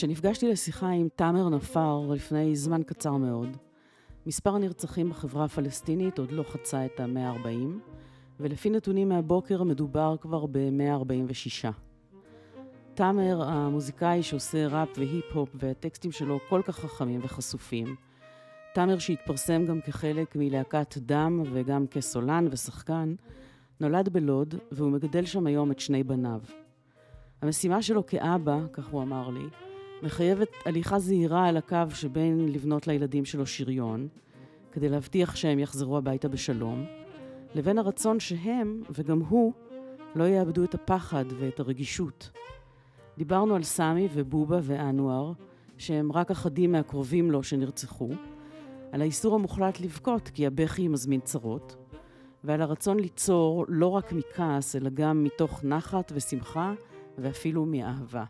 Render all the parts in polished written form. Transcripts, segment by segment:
כשנפגשתי לשיחה עם תאמר נפאר לפני זמן קצר מאוד, מספר הנרצחים בחברה הפלסטינית עוד לא חצה את ה-140, ולפי נתונים מהבוקר מדובר כבר ב-146. תאמר, המוזיקאי שעושה ראפ והיפ-הופ והטקסטים שלו כל כך חכמים וחשופים. תאמר שהתפרסם גם כחלק מלהקת דם וגם כסולן ושחקן, נולד בלוד והוא מגדל שם היום את שני בניו. המשימה שלו כאבא, כך הוא אמר לי, מחייבת הליכה זהירה על הקו שבין לבנות לילדים שלו שריון, כדי להבטיח שהם יחזרו הביתה בשלום, לבין הרצון שהם, וגם הוא, לא יאבדו את הפחד ואת הרגישות. דיברנו על סמי ובובה ואנואר, שהם רק אחדים מהקרובים לו שנרצחו, על האיסור המוחלט לבכות כי הבכי מזמין צרות, ועל הרצון ליצור לא רק מכעס, אלא גם מתוך נחת ושמחה, ואפילו מאהבה.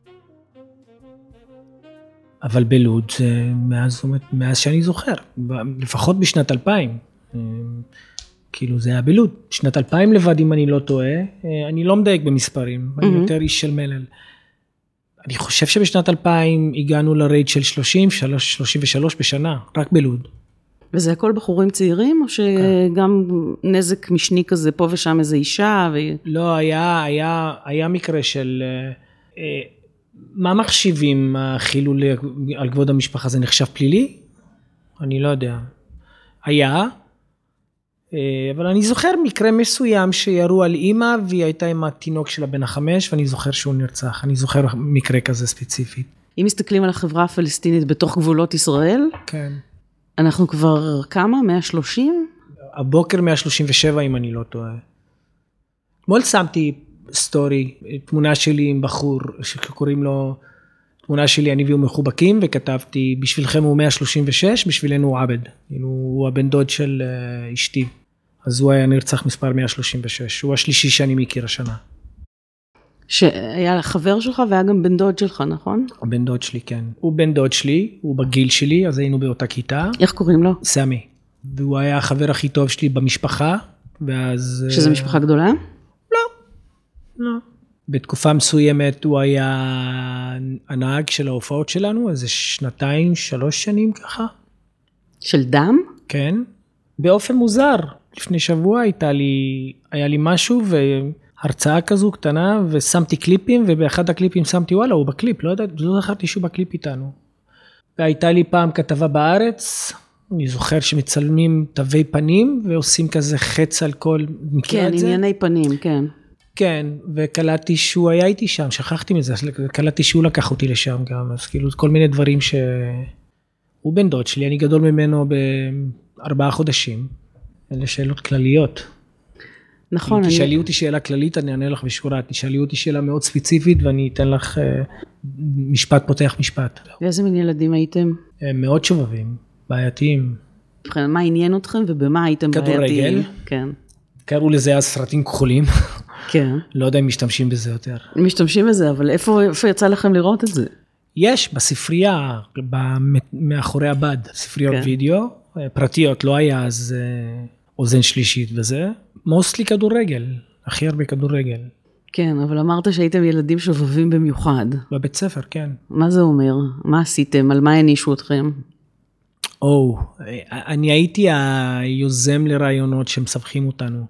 אבל בלוד זה מאז שאני זוכר, לפחות בשנת 2000, כאילו זה היה בלוד, שנת 2000 לבד אם אני לא טועה, אני לא מדייק במספרים, אני יותר איש של מלל. אני חושב שבשנת 2000 הגענו לרייט של 33 בשנה, רק בלוד. וזה הכל בחורים צעירים, או שגם נזק משני כזה, פה ושם איזו אישה? לא, היה מקרה של, מה מחשיבים החילול על כבוד המשפחה, זה נחשב פלילי? אני לא יודע. היה, אבל אני זוכר מקרה מסוים שירו על אמא, והיא הייתה עם התינוק שלה בן 5, ואני זוכר שהוא נרצח. אני זוכר מקרה כזה ספציפי. אם מסתכלים על החברה הפלסטינית בתוך גבולות ישראל, כן. אנחנו כבר כמה? 130? הבוקר 137 אם אני לא טועה. אתמול שמתי סטורי, תמונה שלי עם בחור שקוראים לו, תמונה שלי אני והוא מחובקים, וכתבתי בשבילכם הוא 136, בשבילנו הוא עבד. הוא הבן דוד של אשתי. אז הוא היה נרצח מספר 136, הוא השלישי שאני מכיר השנה. שהיה חבר שלך והיה גם בן דוד שלך, נכון? הבן דוד שלי, כן. הוא בן דוד שלי, הוא בגיל שלי, אז היינו באותה כיתה. איך קוראים לו? סמי. והוא היה החבר הכי טוב שלי במשפחה, ואז... שזה משפחה גדולה? לא. בתקופה מסוימת הוא היה הנהג של ההופעות שלנו, איזה 2-3 שנים ככה. של דם? כן. באופן מוזר. לפני שבוע היה לי משהו הרצאה כזו קטנה, ושמתי קליפים, ובאחד הקליפים שמתי, וואלה, הוא בקליפ, לא זכרתי שהוא בקליפ איתנו. והייתה לי פעם כתבה בארץ, אני זוכר שמצלמים תווי פנים, ועושים כזה חץ על כל מקרה כן, את זה. כן, ענייני פנים, כן. כן, וקלטתי שהוא היה איתי שם, שכחתי מזה, קלטתי שהוא לקח אותי לשם גם, אז כאילו כל מיני דברים הוא בן דוד שלי, אני גדול ממנו ב4 חודשים, אלה שאלות כלליות. נכון. אם תשאלי אותי שאלה כללית, אני אענה לך בשורה. תשאלי אותי שאלה מאוד ספציפית, ואני אתן לך משפט פותח משפט. ואיזה מין ילדים הייתם? מאוד שובבים, בעייתיים. מה עניין אתכם ובמה הייתם בעייתיים? כדורגל. כן. קראו לזה אז סרטים כחולים. כן. לא יודע אם משתמשים בזה יותר. משתמשים בזה, אבל איפה יצא לכם לראות את זה? יש, בספרייה, מאחורי הבד, ספריות וידאו, פרטיות, לא היה אז אוזן שלישית וזה. מוסטלי כדורגל, הכי הרבה כדורגל. כן, אבל אמרת שהייתם ילדים שובבים במיוחד. בבית ספר, כן. מה זה אומר? מה עשיתם? על מה הנישו אתכם? אני הייתי היוזם לרעיונות שמסבכים אותנו.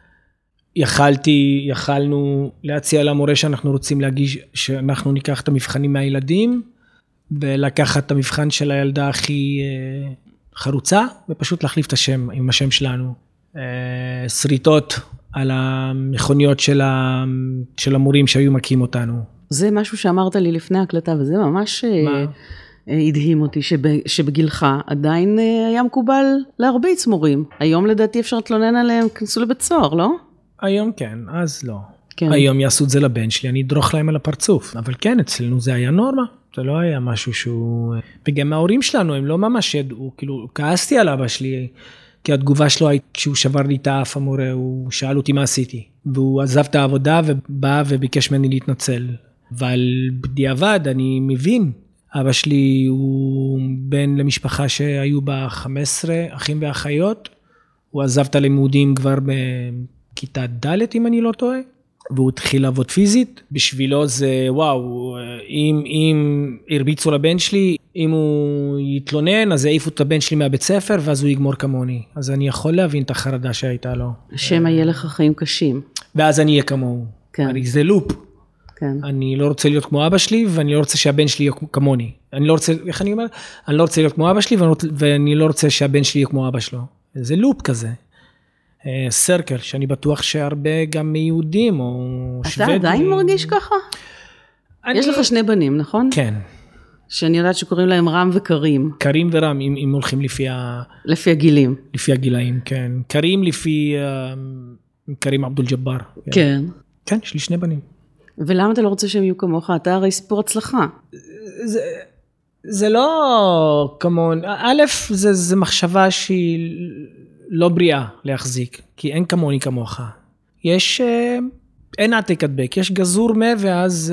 יכלנו להציע למורה שאנחנו רוצים להגיש, שאנחנו ניקח את המבחנים מהילדים, ולקחת את המבחן של הילדה הכי חרוצה, ופשוט להחליף את השם עם השם שלנו. שריטות על המכוניות של המורים שהיו מקים אותנו. זה משהו שאמרת לי לפני הקלטה, וזה ממש הדהים אותי, שבגילך עדיין היה מקובל להרביץ מורים. היום לדעתי אפשר להתלונן עליהם, כנסו לבית סוהר, לא? היום כן, אז לא. כן. היום יעשו את זה לבן שלי, אני אדרוך להם על הפרצוף. אבל כן, אצלנו זה היה נורמה. זה לא היה משהו שהוא... וגם ההורים שלנו, הם לא ממש ידעו, כאילו, כעסתי על אבא שלי, כי התגובה שלו הייתה, כשהוא שבר לי את האף המורה, הוא שאל אותי מה עשיתי. והוא עזב את העבודה ובא וביקש ממני להתנצל. אבל בדיעבד אני מבין, אבא שלי הוא בן למשפחה שהיו בה 15 אחים ואחיות, הוא עזב את הלימודים כבר בכיתה ד' אם אני לא טועה, והוא התחיל לעבוד פיזית, בשבילו זה וואו, אם הרביצו לבן שלי, אם הוא יתלונן, אז יעיפו את הבן שלי מהבית ספר, ואז הוא יגמור כמוני. אז אני יכול להבין את החרדה שהייתה לו. שמא יהיה לך חיים קשים. ואז אני אהיה כמוהו. כן. זה לופ. כן. אני לא רוצה להיות כמו אבא שלי, ואני לא רוצה שהבן שלי יהיה כמוני. אני לא רוצה, איך אני אומר? אני לא רוצה להיות כמו אבא שלי, ואני לא רוצה שהבן שלי יהיה כמו אבא שלו. זה לופ כזה. סרקל, שאני בטוח שהרבה גם מיהודים או שוודים. אתה עדיין מרגיש ככה? יש לך שני בנים, נכון? כן. שאני יודעת שקוראים להם רם וקרים. קרים ורם, אם הולכים לפי הגילים. לפי הגילאים, כן. קרים לפי קרים אבדול ג'בר. כן. כן, יש לי שני בנים. ולמה אתה לא רוצה שהם יהיו כמוך? אתה הרי סיפור הצלחה. זה לא כמון, א', זה מחשבה שהיא לא בריאה להחזיק, כי אין כמוני כמוך. יש, אין עתק הדבק, יש גזור ואז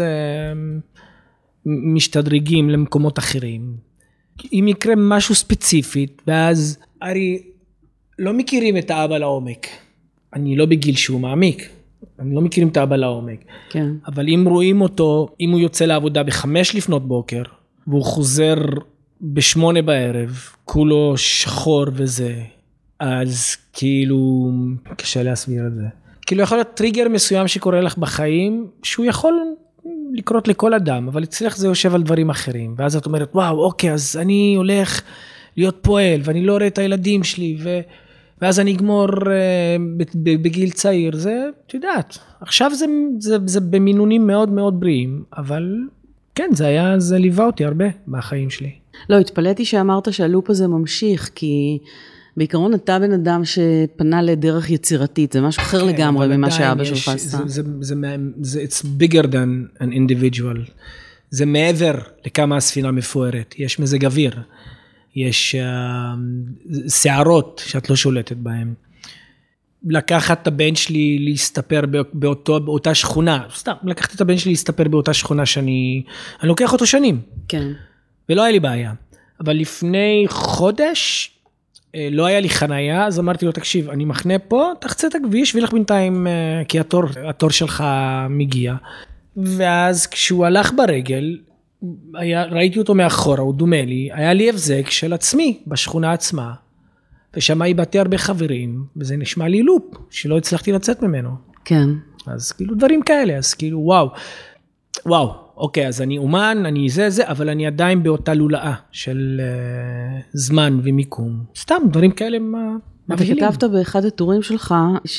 משתדרגים למקומות אחרים. אם יקרה משהו ספציפית, ואז הרי לא מכירים את האבא לעומק. אני לא בגיל שהוא מעמיק. אני לא מכירים את האבא לעומק. כן. אבל אם רואים אותו, אם הוא יוצא לעבודה ב5 לפנות בוקר, והוא חוזר ב8 בערב, כולו שחור וזה, אז כאילו, קשה להסביר את זה. כאילו יכול להיות טריגר מסוים שקורה לך בחיים, שהוא יכול לקרות לכל אדם, אבל אצלך זה יושב על דברים אחרים. ואז את אומרת, וואו, אוקיי, אז אני הולך להיות פועל, ואני לא רואה את הילדים שלי, ואז אני אגמור בגיל צעיר, זה, את יודעת, עכשיו זה במינונים מאוד מאוד בריאים, אבל כן, זה ליווה אותי הרבה בחיים שלי. לא, התפלאתי שאמרת שהלופ הזה ממשיך, כי בעיקרון אתה בן אדם שפנה לדרך יצירתית, זה משהו אחר לגמרי ממה שאבא שלך עשה. זה it's bigger than an individual, זה מעבר לכמה הספינה מפוארת, יש מזג אוויר. יש שערות שאת לא שולטת בהן. לקחת את הבן שלי להסתפר באותה שכונה, סתם, לקחת את הבן שלי להסתפר באותה שכונה שאני לוקח אותו שנים. כן. ולא היה לי בעיה. אבל לפני חודש, לא היה לי חנייה, אז אמרתי לו, תקשיב, אני מחנה פה, תחצה את הכביש, וילך בינתיים, כי התור שלך מגיע. ואז כשהוא הלך ברגל, ראיתי אותו מאחורה, הוא דומה לי, היה לי הבזק של עצמי בשכונה עצמה, ושם איבדתי הרבה חברים, וזה נשמע לי לופ, שלא הצלחתי לצאת ממנו. כן. אז כאילו דברים כאלה, אז כאילו וואו, אוקיי, אז אני אומן, אני זה, אבל אני עדיין באותה לולאה של זמן ומיקום. סתם, דברים כאלה מבהילים. וכתבת באחד הטורים שלך,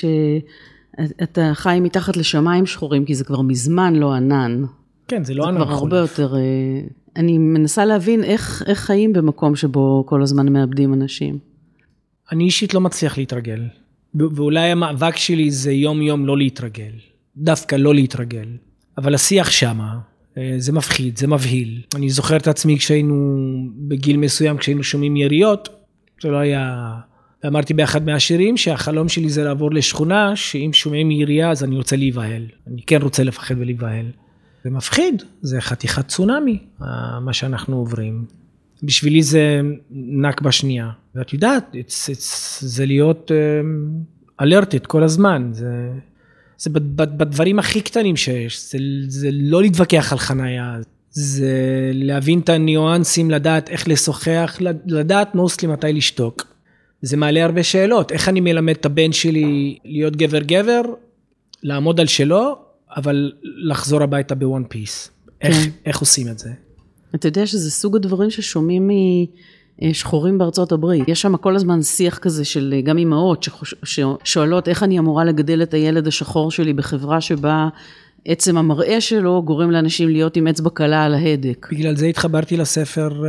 שאתה חי מתחת לשמיים שחורים, כי זה כבר מזמן לא ענן. כן, זה לא ענן חולף. זה כבר הרבה יותר, אני מנסה להבין איך חיים במקום שבו כל הזמן מאבדים אנשים. אני אישית לא מצליח להתרגל, ואולי המאבק שלי זה יום לא להתרגל, דווקא לא להתרגל, אבל השיח שמה, זה מפחיד, זה מבהיל. אני זוכר את עצמי כשהיינו בגיל מסוים, כשהיינו שומעים יריות, זה לא היה, ואמרתי באחד מהשירים שהחלום שלי זה לעבור לשכונה, שאם שומעים ירייה אז אני רוצה להיבהל, אני כן רוצה לפחד ולהיבהל. זה מפחיד, זה חתיכת צונמי, מה שאנחנו עוברים. בשבילי זה נק בשנייה. ואת יודעת, זה להיות אלרטית כל הזמן. זה בדברים הכי קטנים שיש. זה לא להתווכח על חנייה. זה להבין את הניואנסים, לדעת איך לשוחח, לדעת מוסלי מתי לשתוק. זה מעלה הרבה שאלות. איך אני מלמד את הבן שלי להיות גבר, לעמוד על שלו, אבל לחזור הביתה בוואן פיס. איך עושים את זה? אתה יודע שזה סוג הדברים ששומעים משחורים בארצות הברית. יש שם כל הזמן שיח כזה של גם אמהות ששואלות איך אני אמורה לגדל את הילד השחור שלי בחברה שבה עצם המראה שלו גורם לאנשים להיות עם אצבע קלה על ההדק. בגלל זה התחברתי לספר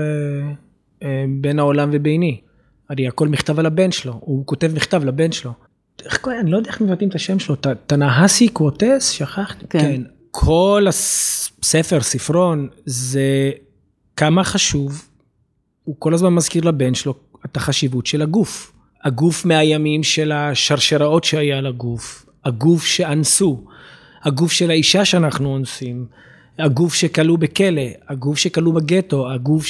בין העולם וביני. הרי הכל מכתב על הבן שלו, הוא כותב מכתב לבן שלו. אני לא יודע איך מבטאים את השם שלו, תנהסי קווטס, שכחתי. כן. כל הספר, ספרון, זה כמה חשוב, הוא כל הזמן מזכיר לבן שלו את החשיבות של הגוף. הגוף מהימים של השרשראות שהיה לגוף, הגוף שאנסו, הגוף של האישה שאנחנו אונסים, הגוף שקלו בכלא, הגוף שקלו בגטו, הגוף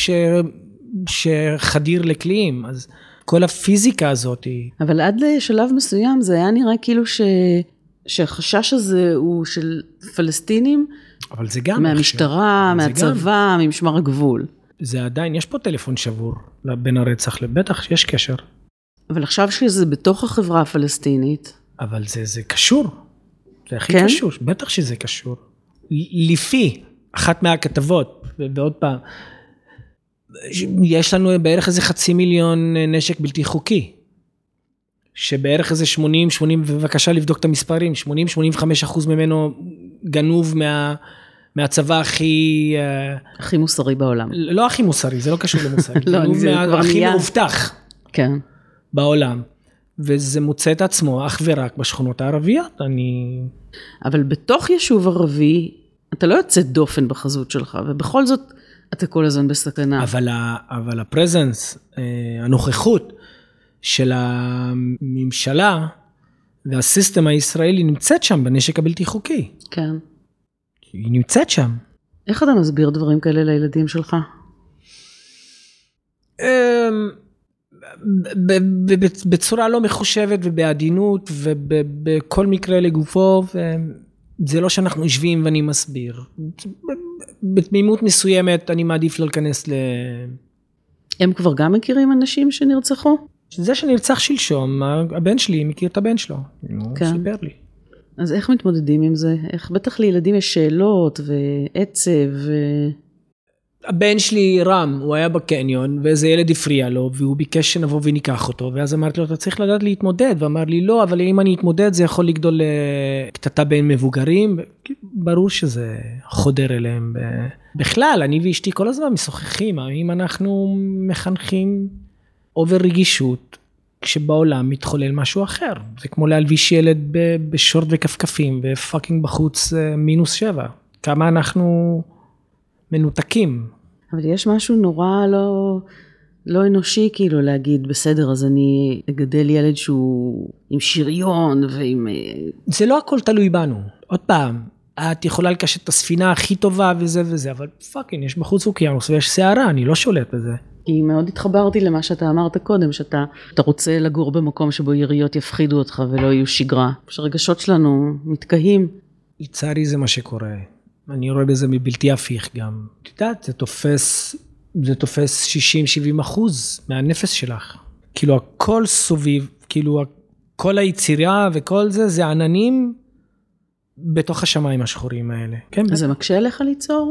שחדיר לכליים, אז כל הפיזיקה הזאת היא... אבל עד לשלב מסוים זה היה נראה כאילו שהחשש הזה הוא של פלסטינים, אבל זה גם מהמשטרה, מהצבא, ממשמר הגבול. זה עדיין, יש פה טלפון שבור בין הרצח, בטח יש קשר. אבל עכשיו שזה בתוך החברה הפלסטינית. אבל זה קשור. זה הכי קשור, בטח שזה קשור. לפי אחת מהכתבות, ועוד פעם, יש לנו בערך איזה 500,000 נשק בלתי חוקי. שבערך איזה 80, ובבקשה לבדוק את המספרים, 80-85% ממנו גנוב מהצבא הכי מוסרי בעולם. לא הכי מוסרי, זה לא קשור למוסרי. גנוב הכי מאובטח. כן. בעולם. וזה מוצא את עצמו אך ורק בשכונות הערביות. אבל בתוך יישוב ערבי, אתה לא יוצא דופן בחזות שלך, ובכל זאת אתה כל הזמן בסכנה. אבל הפרזנס, הנוכחות של הממשלה והסיסטם הישראלי נמצאת שם בנשק הבלתי חוקי. כן. היא נמצאת שם. איך אתה מסביר דברים כאלה לילדים שלך? בצורה לא מחושבת ובעדינות ובכל מקרה לגופו, זה לא שאנחנו יושבים ואני מסביר. בתמימות מסוימת אני מעדיף לא להיכנס הם כבר גם מכירים אנשים שנרצחו? זה שנרצח שלשום, הבן שלי מכיר את הבן שלו, הוא סיפר לי. אז איך מתמודדים עם זה? איך בטח לילדים יש שאלות ועצב הבן שלי רם, הוא היה בקניון, ואיזה ילד הפריע לו, והוא ביקש שנבוא וניקח אותו, ואז אמרתי לו, אתה צריך לדעת להתמודד, ואמר לי, לא, אבל אם אני אתמודד, זה יכול לגדול לקטטה בין מבוגרים, ברור שזה חודר אליהם. בכלל, אני ואשתי כל הזמן משוחחים, אם אנחנו מחנכים אובר רגישות, כשבעולם מתחולל משהו אחר, זה כמו להלביש ילד בשורט וכפכפים, ופאקינג בחוץ -7, כמה אנחנו מנותקים. אבל יש משהו נורא לא אנושי כאילו להגיד, בסדר, אז אני אגדל ילד שהוא עם שריון ועם... זה לא הכל תלוי בנו. עוד פעם, את יכולה לקשת את הספינה הכי טובה וזה וזה, אבל פאקינג, יש בחוץ אוקיינוס ויש שערה, אני לא שולט בזה. כי מאוד התחברתי למה שאתה אמרת קודם, שאתה רוצה לגור במקום שבו יריות יפחידו אותך ולא יהיו שגרה. שהרגשות שלנו מתקהים. לצערי זה מה שקורה. אני רואה בזה מבלתי הפיך גם. את יודעת, זה תופס 60-70% מהנפש שלך. כאילו הכל סוביב, כאילו כל היצירה וכל זה, זה עננים בתוך השמיים השחורים האלה. כן? זה מקשה עליך ליצור?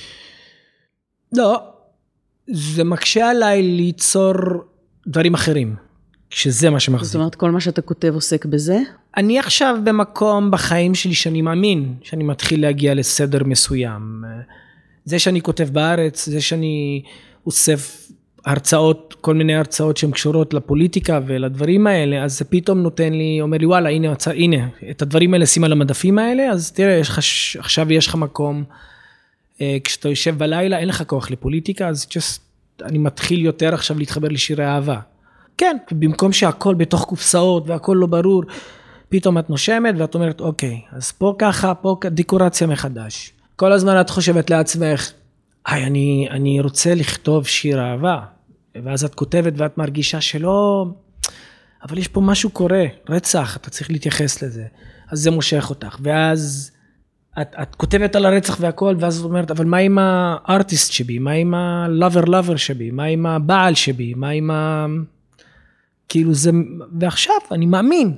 לא. זה מקשה עליי ליצור דברים אחרים. שזה מה שמחזיק. זאת אומרת, כל מה שאתה כותב עוסק בזה? אני עכשיו במקום בחיים שלי שאני מאמין, שאני מתחיל להגיע לסדר מסוים. זה שאני כותב בארץ, זה שאני אוסף הרצאות, כל מיני הרצאות שהן קשורות לפוליטיקה ולדברים האלה, אז זה פתאום נותן לי, אומר לי, וואלה, הנה, את הדברים האלה שים על המדפים האלה, אז תראה, עכשיו יש לך מקום, כשאתה יושב בלילה, אין לך כוח לפוליטיקה, אז אני מתחיל יותר עכשיו להתחבר לשירי אהבה. כן, במקום שהכל בתוך קופסאות והכל לא ברור, פתאום את נושמת ואת אומרת, אוקיי, אז פה ככה, פה דקורציה מחדש. כל הזמן את חושבת לעצמך, אני רוצה לכתוב שיר אהבה, ואז את כותבת ואת מרגישה שלא, אבל יש פה משהו קורה, רצח, אתה צריך להתייחס לזה, אז זה מושך אותך, ואז את כותבת על הרצח והכל, ואז את אומרת, אבל מה עם הארטיסט שבי, מה עם הלאבר שבי, מה עם הבעל שבי, מה עם כאילו זה, ועכשיו אני מאמין,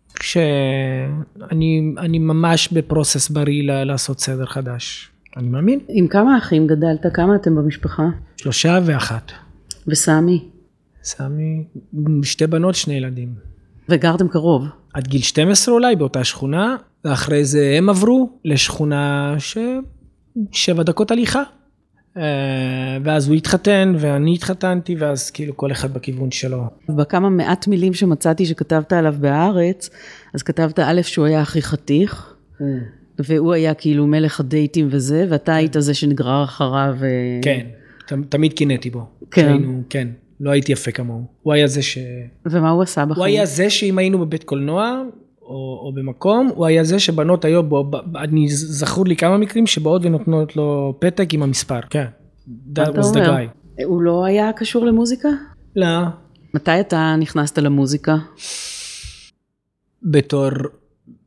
שאני ממש בפרוסס בריא לעשות סדר חדש. אני מאמין. עם כמה אחים גדלת? כמה אתם במשפחה? 3 ו1. וסמי? סמי, 2 בנות, 2 ילדים. וגרתם קרוב? עד גיל 12 אולי, באותה שכונה, ואחרי זה הם עברו לשכונה 7 דקות הליכה. ואז הוא התחתן ואני התחתנתי, ואז כאילו כל אחד בכיוון שלו. בכמה מעט מילים שמצאתי שכתבת עליו בארץ, אז כתבת א' שהוא היה הכי חתיך, והוא היה כאילו מלך הדייטים וזה, ואתה היית זה שנגרר אחריו. כן, תמיד קינאתי בו. כן. כן, לא הייתי יפה כמוהו. הוא היה זה ומה הוא עשה בחיים? הוא היה זה שאם היינו בבית קולנוע, או במקום, הוא היה זה שבנות היו בו, אני זכור לי כמה מקרים שבאות ונותנות לו פתק עם המספר. כן. That was the guy. הוא לא היה קשור למוזיקה? לא. מתי אתה נכנסת למוזיקה? בתור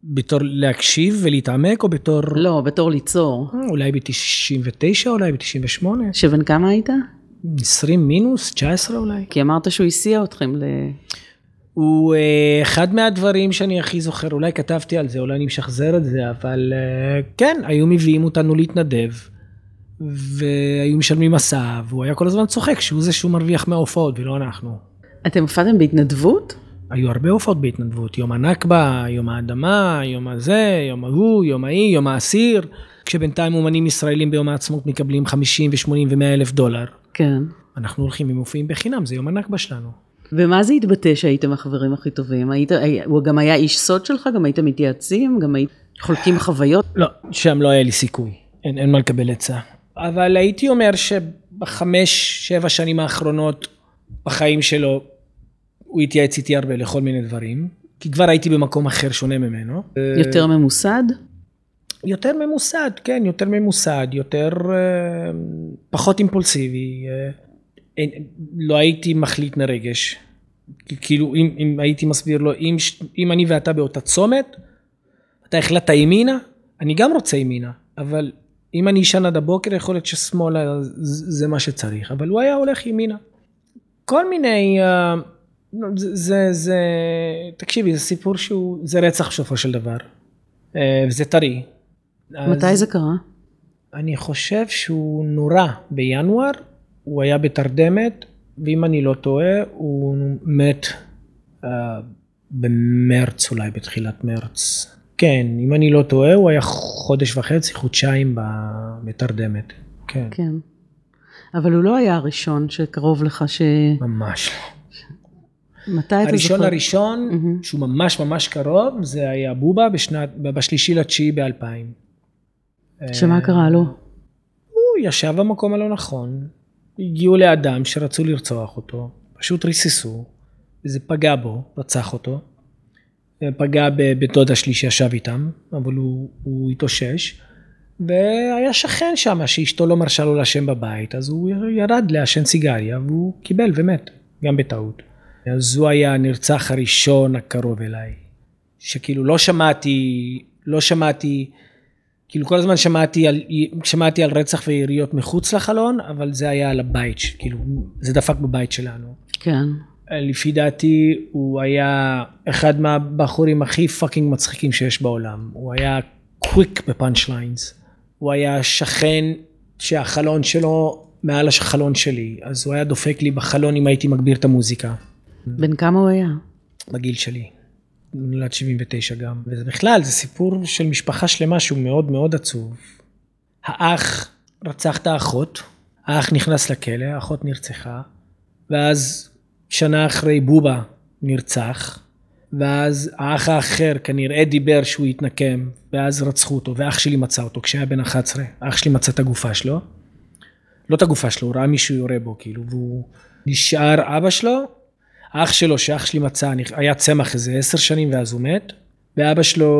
בתור להקשיב ולהתעמק, או בתור... לא, בתור ליצור. אולי ב-99, אולי ב-98. שבן כמה היית? 20 מינוס, 19 אולי. כי אמרת שהוא הסיע אתכם הוא אחד מהדברים שאני הכי זוכר, אולי כתבתי על זה, אולי אני משחזר את זה, אבל כן, היו מביאים אותנו להתנדב, והיו משלמים מסע, והוא היה כל הזמן צוחק, שהוא זה שהוא מרוויח מההופעות, ולא אנחנו. אתם הופעתם בהתנדבות? היו הרבה הופעות בהתנדבות, יום הנכבה, יום האדמה, יום הזה, יום ההוא, יום ההיא, יום האסיר, כשבינתיים אומנים ישראלים ביום העצמאות מקבלים 50 ו-80 ו-100 אלף דולר. כן. אנחנו הולכים ומופיעים בחינם, זה יום הנכבה שלנו. ומה זה התבטא שהייתם החברים הכי טובים? הוא גם היה איש סוד שלך? גם הייתם מתייעצים? גם הייתם חולקים חוויות? לא, שם לא היה לי סיכוי, אין מה לקבל עצה. אבל הייתי אומר ב5-7 שנים האחרונות בחיים שלו, הוא התייעץ איתי הרבה לכל מיני דברים, כי כבר הייתי במקום אחר שונה ממנו. יותר ממוסד? יותר ממוסד, כן, יותר ממוסד, יותר פחות אימפולסיבי. לא הייתי מחליט מרגש. כאילו, אם הייתי מסביר לו, אם אני ואתה באותה צומת, אתה החלטת ימינה, אני גם רוצה ימינה, אבל אם אני ישן עד הבוקר, יכול להיות ששמאלה זה מה שצריך, אבל הוא היה הולך ימינה. כל מיני, תקשיבי, זה סיפור זה רצח בסופו של דבר, וזה טרי. מתי זה קרה? אני חושב שהוא נורא בינואר, הוא היה בתרדמת, ואם אני לא טועה, הוא מת במרץ, אולי בתחילת מרץ. כן, אם אני לא טועה, הוא היה חודש וחצי, חודשיים בתרדמת. כן. כן. אבל הוא לא היה הראשון שקרוב לך ממש לא. מתי אתה זוכר? הראשון, שהוא ממש ממש קרוב, זה היה בובה ב3/9 ב-2000. שמה קרה לו? הוא ישב במקום הלא נכון, הגיעו לאדם שרצו לרצוח אותו, פשוט ריססו, וזה פגע בו, רצח אותו, פגע בדודה שלי שישב איתם, אבל הוא התאושש, והיה שכן שם שאשתו לא מרשה לו לשם בבית, אז הוא ירד לעשן סיגריה, והוא קיבל ומת, גם בטעות. אז הוא היה הנרצח הראשון הקרוב אליי, שכאילו לא שמעתי, כאילו כל הזמן שמעתי על רצח ויריות מחוץ לחלון, אבל זה היה על הבית, כאילו זה דפק בבית שלנו. כן. לפי דעתי הוא היה אחד מהבחורים הכי פאקינג מצחיקים שיש בעולם. הוא היה קוויק בפאנץ' ליינס. הוא היה שכן שהחלון שלו מעל החלון שלי, אז הוא היה דופק לי בחלון אם הייתי מגביר את המוזיקה. בן כמה הוא היה? בגיל שלי. נולד 79 גם. ובכלל זה סיפור של משפחה שלמה שהוא מאוד מאוד עצוב. האח רצח את האחות, האח נכנס לכלא, האחות נרצחה, ואז שנה אחרי בובה נרצח, ואז האח האחר כנראה דיבר שהוא יתנקם, ואז רצחו אותו, ואח שלי מצא אותו כשהיה בן 11, האח שלי מצא את הגופה שלו, לא את הגופה שלו, הוא ראה מישהו יורה בו, כאילו, והוא נשאר אבא שלו, האח שלו שאח שלי מצא, היה צמח איזה 10 שנים ואז הוא מת, ואבא שלו,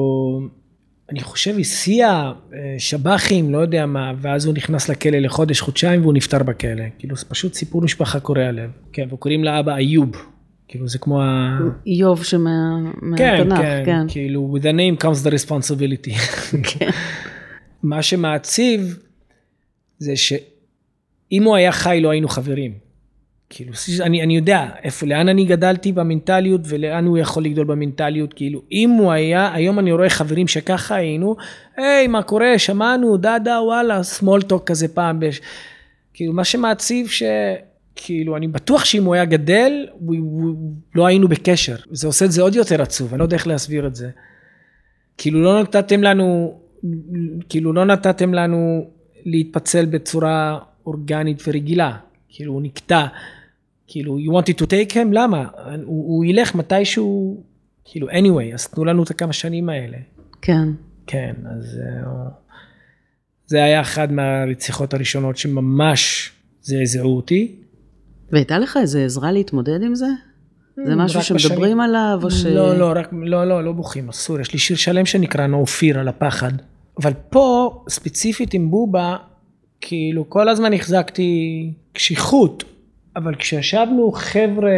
אני חושב, הסיע שבחים, לא יודע מה, ואז הוא נכנס לכלא לחודש, חודשיים, והוא נפטר בכלא. כאילו, זה פשוט סיפור משפחה קורע לב. כן, וקוראים לאבא איוב. כאילו, זה כמו איוב מהתנ"ך, כן. כאילו, with the name comes the responsibility. כן. מה שמעציב, זה שאם הוא היה חי, לא היינו חברים. כאילו, אני יודע לאן אני גדלתי במנטליות, ולאן הוא יכול לגדול במנטליות, כאילו, אם הוא היה, היום אני רואה חברים שככה היינו, היי, מה קורה, שמענו, דאדה, וואלה, small talk כזה פעם, כאילו, מה שמעציב כאילו, אני בטוח שאם הוא היה גדל, לא היינו בקשר, זה עושה את זה עוד יותר עצוב, אני לא יודע איך להסביר את זה, כאילו, לא נתתם לנו להתפצל בצורה אורגנית ורגילה, כאילו הוא נקטע, כאילו you wanted to take him, למה? הוא ילך מתישהו, כאילו anyway, אז תנו לנו את הכמה שנים האלה. כן. כן, אז זה היה אחד מהרציחות הראשונות שממש זעזעו אותי. והייתה לך איזה עזרה להתמודד עם זה? זה משהו שמדברים עליו או לא בוכים, אסור, יש לי שיר שלם שנקרא אופיר על הפחד, אבל פה ספציפית עם בובה, כאילו כל הזמן החזקתי קשיחות, אבל כשישבנו חבר'ה,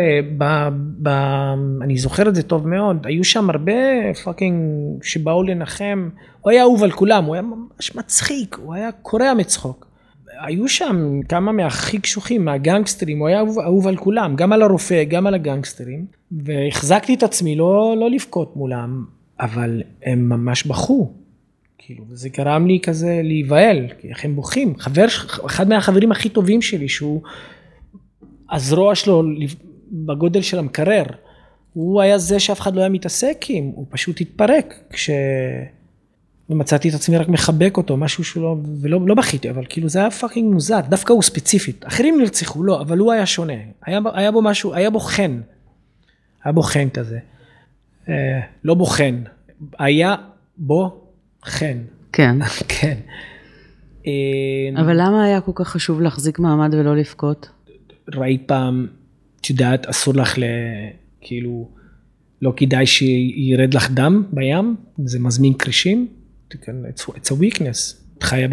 אני זוכר את זה טוב מאוד, היו שם הרבה פאקינג שבאו לנחם, הוא היה אהוב על כולם, הוא היה ממש מצחיק, הוא היה קורע מצחוק. היו שם כמה מהכי קשוחים, מהגנגסטרים, הוא היה אהוב על כולם, גם על הרופא, גם על הגנגסטרים, והחזקתי את עצמי לא לבכות מולם, אבל הם ממש בכו. כאילו, וזה גרם לי כזה להיבהל, כי איך הם בוכים. אחד מהחברים הכי טובים שלי, שהוא הזרוע שלו בגודל של המקרר, הוא היה זה שאף אחד לא היה מתעסק עם, הוא פשוט התפרק, ומצאתי את עצמי רק מחבק אותו, משהו שלא, ולא בכיתי, אבל כאילו זה היה פאקינג מוזר, דווקא הוא ספציפית, אחרים נרצחו, לא, אבל הוא היה שונה, היה בו משהו, היה בו חן, כזה, לא בו חן, היה בו חן. כן. כן. אבל למה היה כל כך חשוב להחזיק מעמד ולא לבכות? ראית פעם, תדעת, אסור לך כאילו, לא כדאי שירד לך דם בים, זה מזמין קרישים, it's a weakness. את חיה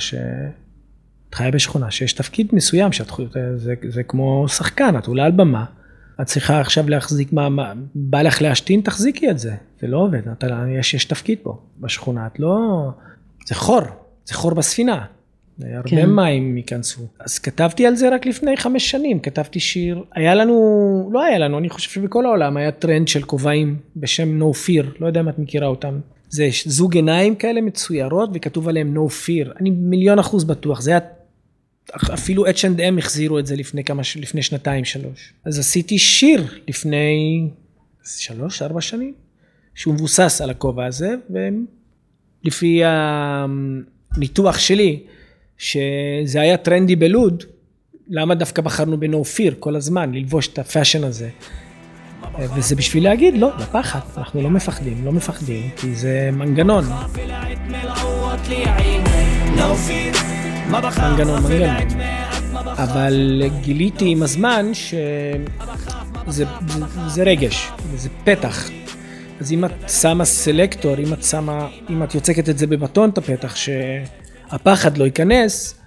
בשכונה שיש תפקיד מסוים, זה כמו שחקן, את עולה על במה, את צריכה עכשיו להחזיק בא לך להשתין, תחזיקי את זה, זה לא עובד, יש תפקיד פה בשכונה, את לא, זה חור בספינה, הרבה מים ייכנסו. אז כתבתי על זה רק לפני 5 שנים, כתבתי שיר, לא היה לנו, אני חושב שבכל העולם היה טרנד של כובעים בשם No Fear, לא יודע אם את מכירה אותם. זה זוג עיניים כאלה מצוירות, וכתוב עליהם No Fear. אני 1,000,000% בטוח, זה היה, אפילו H&M החזירו את זה לפני 2-3. אז עשיתי שיר לפני 3-4 שנים, שהוא מבוסס על הכובע הזה, ולפי הניתוח שלי, שזה היה טרנדי בלוד, למה דווקא בחרנו ב-No Fear כל הזמן, ללבוש את הפאשן הזה. וזה בשביל להגיד, לא, לפחד, אנחנו לא מפחדים, כי זה מנגנון. אבל גיליתי עם הזמן שזה רגש, זה פתח. אז אם את שמה סלקטור, אם את יוצקת את זה בבטון, את הפתח, שהפחד לא ייכנס,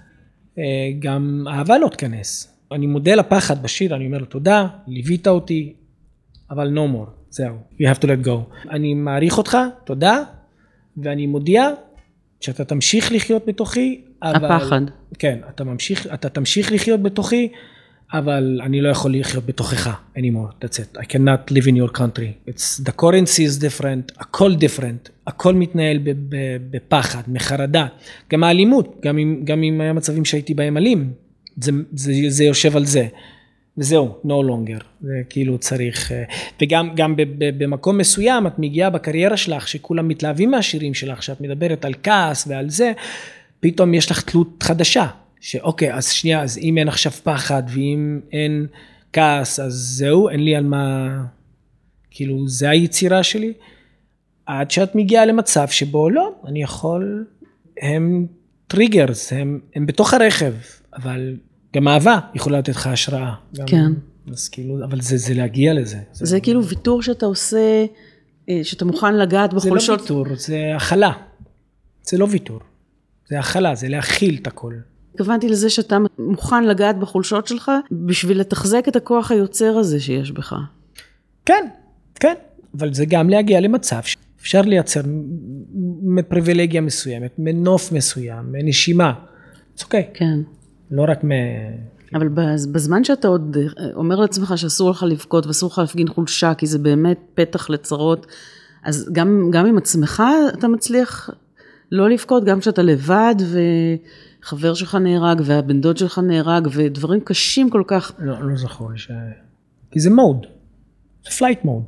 גם אהבה לא תיכנס. אני מודה לפחד בשיר, אני אומר לו תודה, ליווית אותי, אבל no more, זהו, you have to let go. אני מעריך אותך, תודה, ואני מודיע שאתה תמשיך לחיות בתוכי, אבל... הפחד. כן, אתה תמשיך לחיות בתוכי, אבל אני לא יכול לחיות בתוכך anymore, that's it. I cannot live in your country. The currency is different, הכל different, הכל מתנהל בפחד, מחרדה. גם האלימות, גם אם היה מצבים שהייתי בהם אלים, זה יושב על זה. וזהו, no longer, זה כאילו צריך, וגם במקום מסוים, את מגיעה בקריירה שלך, שכולם מתלהבים מהשירים שלך, שאת מדברת על כעס ועל זה, פתאום יש לך תלות חדשה, שאוקיי, אז שנייה, אז אם אין עכשיו פחד, ואם אין כעס, אז זהו, אין לי על מה, כאילו, זה היצירה שלי, עד שאת מגיעה למצב שבו לא, אני יכול, הם טריגרס, הם בתוך הרכב, אבל גם אהבה יכולה לתת לך השראה. כן. אז כאילו, אבל זה להגיע לזה. זה כאילו ויתור שאתה עושה, שאתה מוכן לגעת בחולשות. זה לא ויתור, זה הכלה. זה לא ויתור. זה הכלה, זה להכיל את הכל. התכוונתי לזה שאתה מוכן לגעת בחולשות שלך, בשביל לתחזק את הכוח היוצר הזה שיש בך. כן, כן. אבל זה גם להגיע למצב שאפשר לייצר מפריבילגיה מסוימת, מנוף מסוים, מנשימה. זה אוקיי. כן. לא רק אבל בזמן שאתה עוד אומר לעצמך שאסור לך לבכות ואסור לך להפגין חולשה, כי זה באמת פתח לצרות, אז גם עם עצמך אתה מצליח לא לבכות, גם כשאתה לבד וחבר שלך נהרג והבן דוד שלך נהרג ודברים קשים כל כך. לא זכור, כי זה מוד, זה פלייט מוד.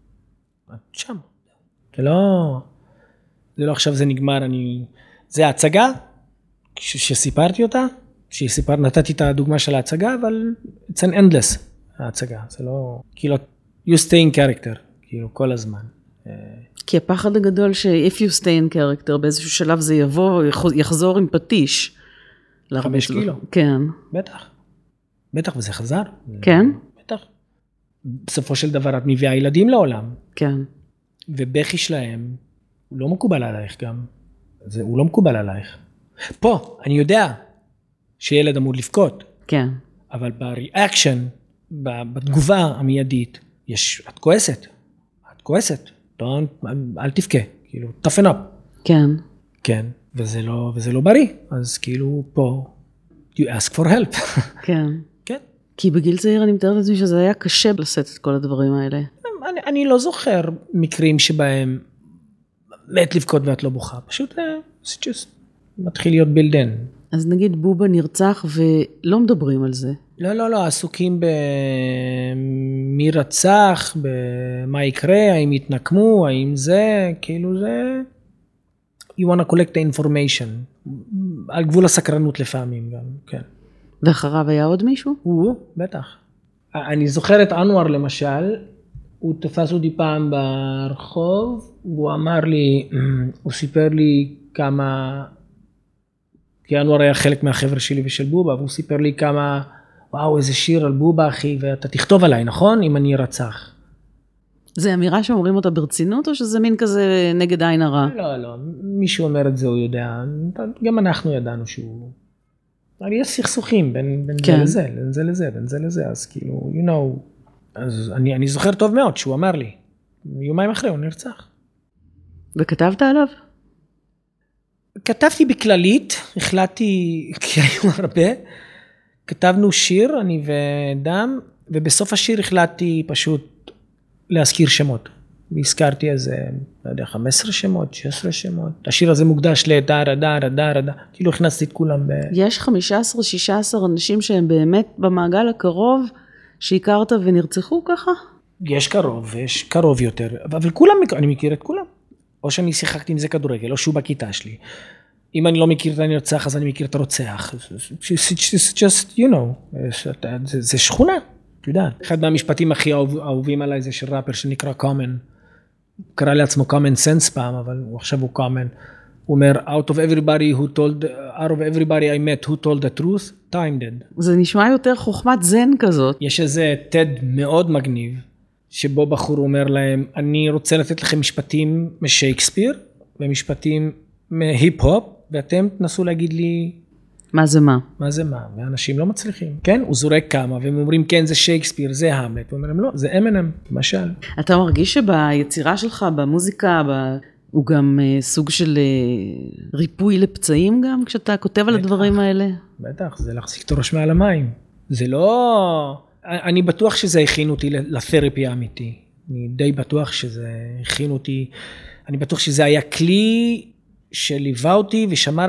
שם. זה לא עכשיו זה נגמר, זה ההצגה שסיפרתי אותה, נתתי את הדוגמה של ההצגה, אבל it's an endless ההצגה, זה לא, כאילו, you stay in character, כאילו, כל הזמן. כי הפחד הגדול if you stay in character, באיזשהו שלב זה יבוא, יחזור עם פטיש. 5 קילו. כן. בטח, וזה חזר. כן? בטח. בסופו של דבר, את מביאה ילדים לעולם. כן. ובכי שלהם, הוא לא מקובל עלייך גם. הוא לא מקובל עלייך. פה, אני יודע, שילד אמור לבכות. כן. אבל בריאקשן, בתגובה המיידית, את כועסת, אל תבכה, כאילו, toughen up. כן. כן, וזה לא בריא, אז כאילו פה, you ask for help. כן. כן. כי בגיל צעיר אני מתארת לעצמי שזה היה קשה לשאת את כל הדברים האלה. אני לא זוכר מקרים שבהם מת לבכות ואת לא בוכה, פשוט מתחיל להיות בילדן. אז נגיד בובה נרצח ולא מדברים על זה. לא, עסוקים במי רצח, במה יקרה, האם יתנקמו, האם זה, כאילו זה, you want to collect the information, על גבול הסקרנות לפעמים גם, כן. ואחריו היה עוד מישהו? בטח. אני זוכר את אנואר למשל, הוא תפס אותי פעם ברחוב, והוא אמר לי, הוא סיפר לי כמה, כי אנואר היה חלק מהחבר'ה שלי ושל בובה, והוא סיפר לי כמה, וואו, איזה שיר על בובה אחי, ואתה תכתוב עליי, נכון? אם אני רצח. זה אמירה שאומרים אותה ברצינות, או שזה מין כזה נגד עין הרע? לא, מישהו אומר את זה, הוא יודע, גם אנחנו ידענו שהוא, אבל יש סכסוכים בין זה לזה, אז כאילו, you know, אז אני זוכר טוב מאוד שהוא אמר לי, יומיים אחרי הוא נרצח. וכתבת עליו? כתבתי בכללית, החלטתי, כי היו הרבה, כתבנו שיר, אני ודם, ובסוף השיר החלטתי פשוט להזכיר שמות. והזכרתי איזה, לא יודע, 15 שמות, 16 שמות. השיר הזה מוקדש לדארה, כאילו הכנסתי את כולם. יש 15-16 אנשים שהם באמת במעגל הקרוב, שהכרת ונרצחו ככה? יש קרוב, ויש קרוב יותר, אבל כולם, אני מכיר את כולם. או שאני שיחקתי עם זה כדורגל, או שהוא בכיתה שלי. אם אני לא מכיר את הנרצח, אז אני מכיר את הרוצח. It's just, you know, זה שכונה, אתה יודע. אחד מהמשפטים הכי אהובים עליי זה של ראפר שנקרא קומן. קרא לעצמו common sense פעם, אבל עכשיו הוא common. הוא אומר, out of everybody I met who told the truth, time did. זה נשמע יותר חוכמת זן כזאת. יש איזה TED מאוד מגניב, שבו בחור אומר להם, אני רוצה לתת לכם משפטים משייקספיר, ומשפטים מהיפ-הופ, ואתם תנסו להגיד לי, מה זה מה? מה זה מה? ואנשים לא מצליחים. כן, הוא זורק כמה, והם אומרים, כן, זה שייקספיר, זה המלט. הוא אומר להם, לא, זה אמינם, למשל. אתה מרגיש שביצירה שלך, במוזיקה, הוא גם סוג של ריפוי לפצעים גם, כשאתה כותב על הדברים האלה? בטח, זה להחזיק את הראש מעל המים. זה לא... אני בטוח שזה הכין אותי לתרפי האמיתי. אני די בטוח שזה הכין אותי. אני בטוח שזה היה כלי שליווה אותי ושמר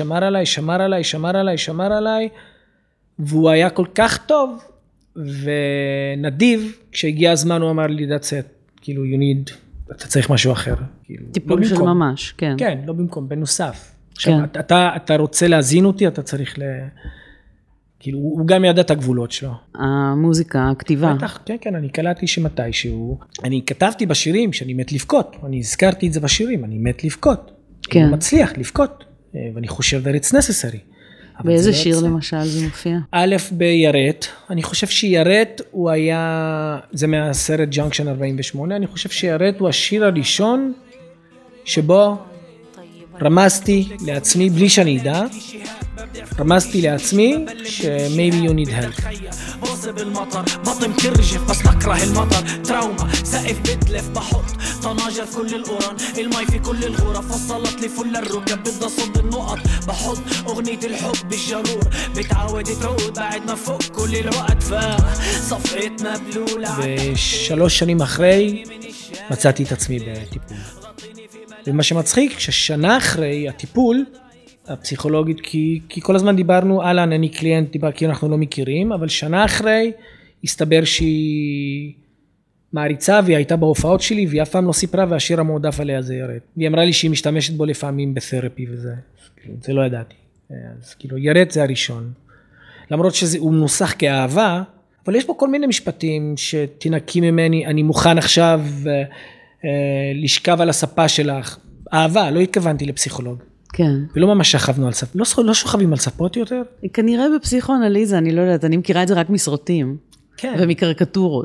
עליי, והוא היה כל כך טוב ונדיב, כשהגיע הזמן הוא אמר לי, that's it, כאילו, you need, אתה צריך משהו אחר. טיפול של ממש, כן. כן, לא במקום, בנוסף. עכשיו, אתה רוצה להזין אותי, אתה צריך כאילו, הוא גם ידע את הגבולות שלו. המוזיקה, הכתיבה. בטח, כן, אני קלטתי שמתישהו, אני כתבתי בשירים שאני מת לבכות, אני הזכרתי את זה בשירים, אני מת לבכות. כן. אני מצליח לבכות, ואני חושב that it's necessary. באיזה שיר למשל זה מופיע? א' בירט, אני חושב שירט הוא היה, זה מהסרט ג'אנקשן 48, אני חושב שירט הוא השיר הראשון, שבו רמזתי לעצמי, בלי שאני אדע, רמזתי לעצמי ש-maybe you need help. بوص بالمطر بطن كرجف بس بكره المطر تراوما سقف بتلف بحط طناجر في كل القرن المي في كل الغرف وصلت لي فل الركب بدي اصد النقط بحط اغنية الحب بالجرور بتعود تعود بعد ما فوق كل الوقت فصفقت مبلولة ושלוש שנים אחרי מצאתי את עצמי בטיפול. ומה שמצחיק ששנה אחרי הטיפול הפסיכולוגית, כי כל הזמן דיברנו, אלן, אני קליינט, כי אנחנו לא מכירים, אבל שנה אחרי הסתבר שהיא מעריצה, והיא הייתה בהופעות שלי, והיא אף פעם לא סיפרה, והשיר המועדף עליה זה ירד. והיא אמרה לי שהיא משתמשת בו לפעמים בתרפי וזה, זה לא ידעתי. אז כאילו, ירד זה הראשון. למרות שהוא מנוסח כאהבה, אבל יש בו כל מיני משפטים שתנקי ממני, אני מוכן עכשיו לשכב על הספה שלך. אהבה, לא התכוונתי לפסיכולוג. כן. ולא ממש שכבנו על ספות, לא שוכבים על ספות יותר? כנראה בפסיכואנליזה, אני לא יודעת, אני מכירה את זה רק מסרטים. כן. ומקריקטורות.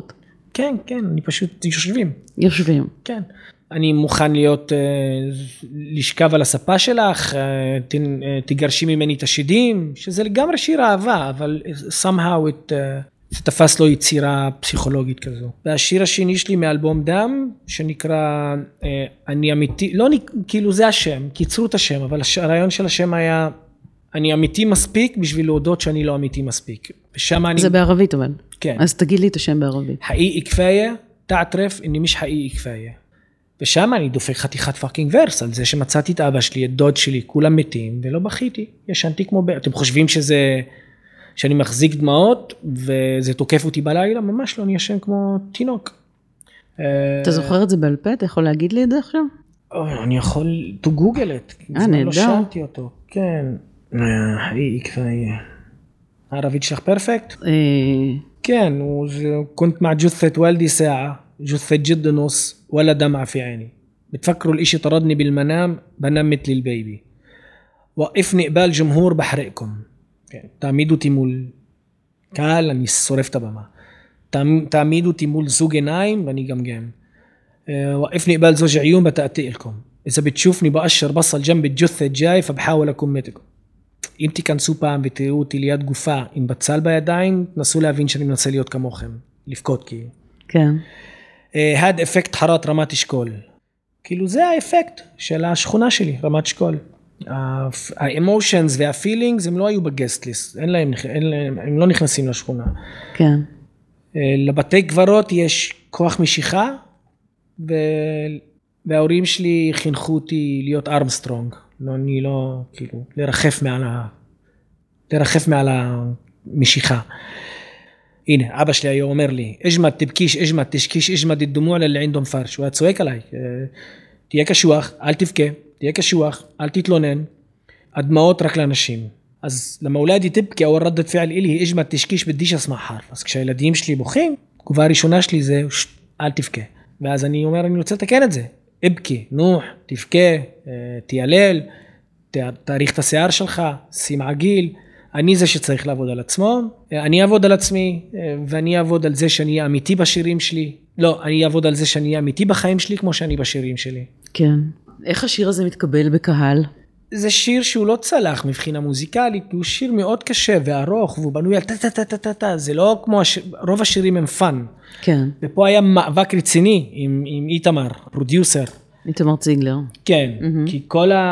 כן, כן, אני פשוט יושבים. יושבים. כן. אני מוכן להיות, לשכב על הספה שלך, תגרשי ממני את השידים, שזה לגמרי שיר אהבה, אבל somehow זה תפס לו יצירה פסיכולוגית כזו. והשיר השני שלי מאלבום דם, שנקרא אני אמיתי, לא כאילו זה השם, קיצרו את השם, אבל הרעיון של השם היה, אני אמיתי מספיק בשביל להודות שאני לא אמיתי מספיק. ושם אני... זה בערבית אבל. כן. אז תגיד לי את השם בערבית. חאי כפאיה, תעטרף, אני מש חאי כפאיה. ושם אני דופק חתיכת פאקינג ורס, על זה שמצאתי את אבא שלי, את דוד שלי, כולם מתים, ולא בכיתי. ישנתי כמו אתם חושבים שאני מחזיק דמעות, וזה תוקף אותי בלילה? ממש לא, אני ישן כמו תינוק. אתה זוכר את זה בעל פה? אתה יכול להגיד לי את זה עכשיו? אני יכול to google it. נהדר. לא שאלתי אותו. כן. חאי כפאיה. הערבית שלך פרפקט? כן, كنت مع جثة والدي ساعة جثة جد نص ولا دمعة في عيني بتفكروا الاشي طردني بالمنام بنام مثل البيبي وقفني قبال جمهور بحرقكم تعميدوا تيمول قال أني صرفت بما تعميدوا تيمول زوجي نايم وأني جمجام وقفني قبال زوج عيون بتقتلكم إذا بتشوفني بقشر بصل جنب الجثة الجاي فبحاول أكون متكم אם תיכנסו פעם ותראו אותי ליד גופה עם בצל בידיים, תנסו להבין שאני מנסה להיות כמוכם, לפקוד כאילו. כן. had אפקט חרת רמת אשכול. כאילו זה האפקט של השכונה שלי, רמת אשכול. האמושנס והפילינגס הם לא היו בגסט ליסט, הם לא נכנסים לשכונה. כן. לבתי קברות יש כוח משיכה, וההורים שלי חינכו אותי להיות ארמסטרונג. לא, אני לא, כאילו, לרחף מעל המשיכה. הנה, אבא שלי היה אומר לי, אג'מד תבקיש, אג'מד תשקיש, אג'מד הדמוע ללא עינדום פרש. הוא היה צועק עליי, תהיה קשוח, אל תבכה, תהיה קשוח, אל תתלונן, הדמעות רק לאנשים. אז למה אולי תבכה, או רדת פעל אילי, אג'מד תשקיש בדיש אסמע חרף. אז כשהילדים שלי בוכים, התגובה הראשונה שלי זה, אל תבכה. ואז אני אומר, אני רוצה לתקן את זה. אבקי, נוח, תבכה, תיאלל, תאריך את השיער שלך, שים עגיל, אני זה שצריך לעבוד על עצמו, אני אעבוד על עצמי, ואני אעבוד על זה שאני אהיה אמיתי בשירים שלי, לא, אני אעבוד על זה שאני אהיה אמיתי בחיים שלי, כמו שאני בשירים שלי. כן. איך השיר הזה מתקבל בקהל? זה שיר שהוא לא צלח מבחינה מוזיקלית, הוא שיר מאוד קשה וארוך, והוא בנוי על טה, זה לא כמו, רוב השירים הם פאן. כן. ופה היה מאבק רציני עם איתמר, פרודיוסר. איתמר ציגלר. כן, כי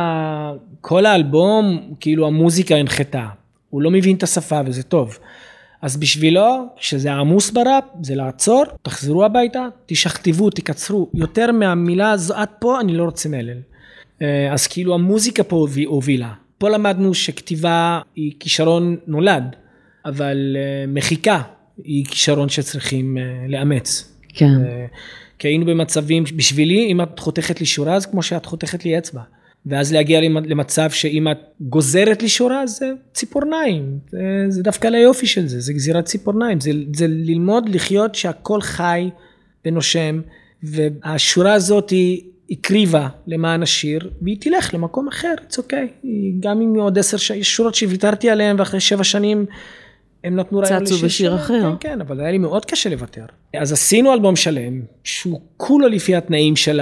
כל האלבום, כאילו המוזיקה הנחתה. הוא לא מבין את השפה וזה טוב. אז בשבילו, שזה עמוס בראפ, זה לעצור, תחזרו הביתה, תשכתבו, תקצרו. יותר מהמילה הזו, עד פה אני לא רוצה מלל. אז כאילו המוזיקה פה הובילה. פה למדנו שכתיבה היא כישרון נולד, אבל מחיקה היא כישרון שצריכים לאמץ. כן. כי היינו במצבים, בשבילי, אם את חותכת לי שורה, אז כמו שאת חותכת לי אצבע. ואז להגיע למצב שאם את גוזרת לי שורה, זה ציפורניים. זה דווקא ליופי של זה, זה גזירת ציפורניים. זה ללמוד לחיות שהכל חי ונושם, והשורה הזאת היא הקריבה למען השיר, והיא תלך למקום אחר, it's okay. גם אם עוד 10 שורות שוויתרתי עליהן, ואחרי 7 שנים, הם נתנו רעיון צצו בשיר אחר. כן, כן, אבל היה לי מאוד קשה לוותר. אז עשינו אלבום שלם, שהוא כולו לפי התנאים של